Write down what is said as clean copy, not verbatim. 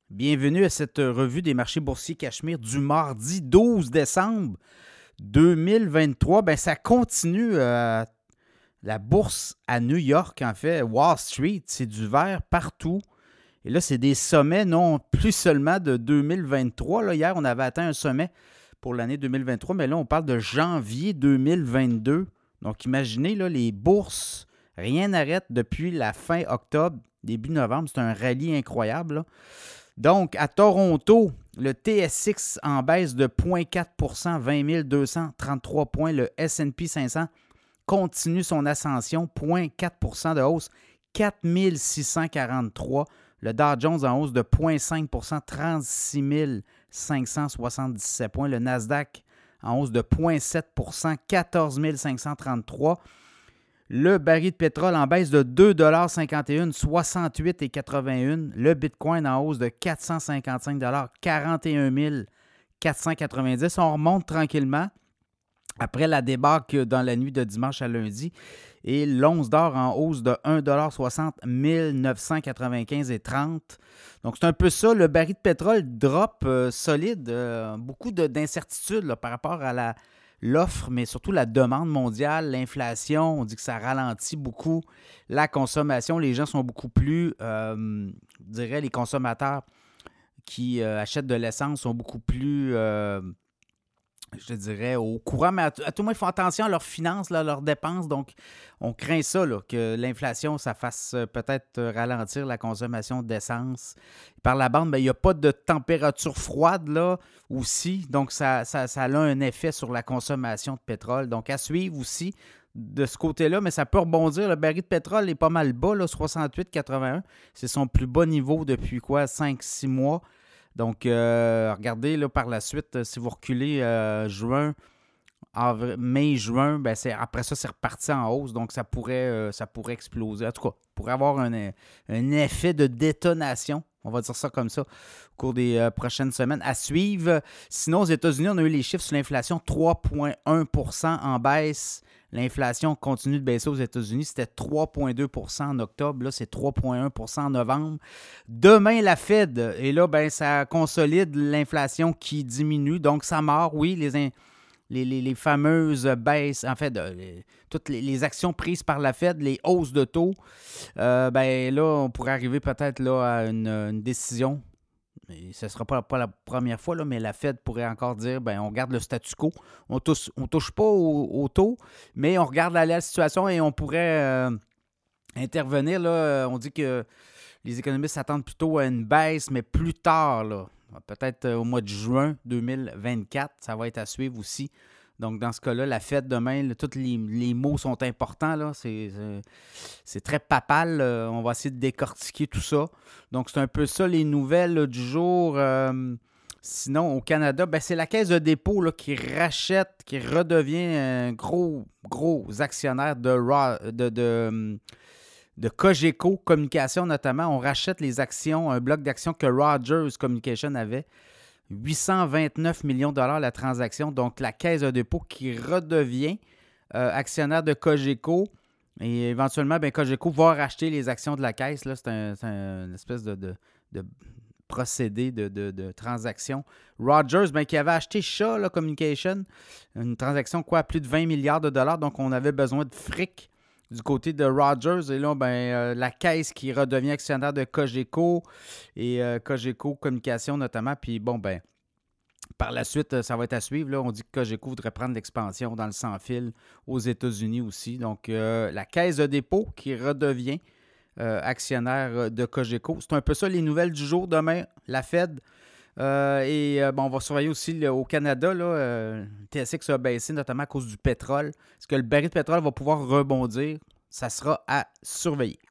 Bienvenue à cette revue des marchés boursiers Cachemire du mardi 12 décembre 2023. Ça continue la bourse à New York, en fait, Wall Street, c'est du vert partout. Et là, c'est des sommets non plus seulement de 2023. Là, hier, on avait atteint un sommet pour l'année 2023, mais là, on parle de janvier 2022. Donc, imaginez, là, les bourses, rien n'arrête depuis la fin octobre, début novembre. C'est un rallye incroyable, là. Donc, à Toronto, le TSX en baisse de 0,4 20 233 points. Le S&P 500 continue son ascension, 0,4 de hausse, 4 643. Le Dow Jones en hausse de 0,5 36 577 points. Le Nasdaq en hausse de 0,7 14 533. Le baril de pétrole en baisse de 2,51 68,81. Le Bitcoin en hausse de 455 41 490. On remonte tranquillement après la débâcle dans la nuit de dimanche à lundi. Et l'once d'or en hausse de 1,60 1995,30. Donc, c'est un peu ça. Le baril de pétrole drop solide. Beaucoup d'incertitudes par rapport à l'offre, mais surtout la demande mondiale, l'inflation. On dit que ça ralentit beaucoup la consommation. Les gens sont beaucoup plus, je dirais, les consommateurs qui achètent de l'essence sont beaucoup plus... je dirais, au courant, mais à tout le moins, ils font attention à leurs finances, là, à leurs dépenses. Donc, on craint ça, là, que l'inflation, ça fasse peut-être ralentir la consommation d'essence. Par la bande, il n'y a pas de température froide, là, aussi. Donc, ça a un effet sur la consommation de pétrole. Donc, à suivre aussi de ce côté-là, mais ça peut rebondir. Le baril de pétrole est pas mal bas, là, 68,81. C'est son plus bas niveau depuis, 5-6 mois. Donc, regardez là, par la suite, si vous reculez juin, mai, juin, après ça, c'est reparti en hausse. Donc, ça pourrait exploser. En tout cas, pourrait avoir un effet de détonation. On va dire ça comme ça au cours des prochaines semaines. À suivre. Sinon, aux États-Unis, on a eu les chiffres sur l'inflation, 3,1 en baisse. L'inflation continue de baisser aux États-Unis. C'était 3,2 en octobre. Là, c'est 3,1 en novembre. Demain, la Fed. Et là, ça consolide l'inflation qui diminue. Donc, ça mord, oui, les fameuses baisses, en fait, toutes les actions prises par la Fed, les hausses de taux. Là, on pourrait arriver peut-être là, à une décision. Ce ne sera pas la première fois, là, mais la Fed pourrait encore dire, on garde le statu quo. On ne touche pas au taux, mais on regarde la situation et on pourrait intervenir. Là, on dit que les économistes s'attendent plutôt à une baisse, mais plus tard, là, peut-être au mois de juin 2024, ça va être à suivre aussi. Donc, dans ce cas-là, la Fed demain, là, tous les mots sont importants. Là, c'est très papal. On va essayer de décortiquer tout ça. Donc, c'est un peu ça les nouvelles là, du jour. Sinon, au Canada, c'est la Caisse de dépôt là, qui rachète, qui redevient un gros actionnaire de Cogeco Communication notamment. On rachète les actions, un bloc d'actions que Rogers Communication avait. 829 millions de dollars la transaction. Donc, la Caisse de dépôt qui redevient actionnaire de Cogeco. Et éventuellement, Cogeco va racheter les actions de la Caisse. Là, c'est une espèce de procédé de transaction. Rogers, qui avait acheté Shaw là, Communication, une transaction à plus de 20 milliards de dollars. Donc, on avait besoin de fric du côté de Rogers. Et là, la Caisse qui redevient actionnaire de Cogeco et Cogeco Communication notamment. Puis par la suite, ça va être à suivre. Là, on dit que Cogeco voudrait prendre l'expansion dans le sans-fil aux États-Unis aussi. Donc, la Caisse de dépôt qui redevient actionnaire de Cogeco. C'est un peu ça les nouvelles du jour. Demain, la Fed. On va surveiller aussi au Canada. Le TSX a baissé notamment à cause du pétrole. Est-ce que le baril de pétrole va pouvoir rebondir? Ça sera à surveiller.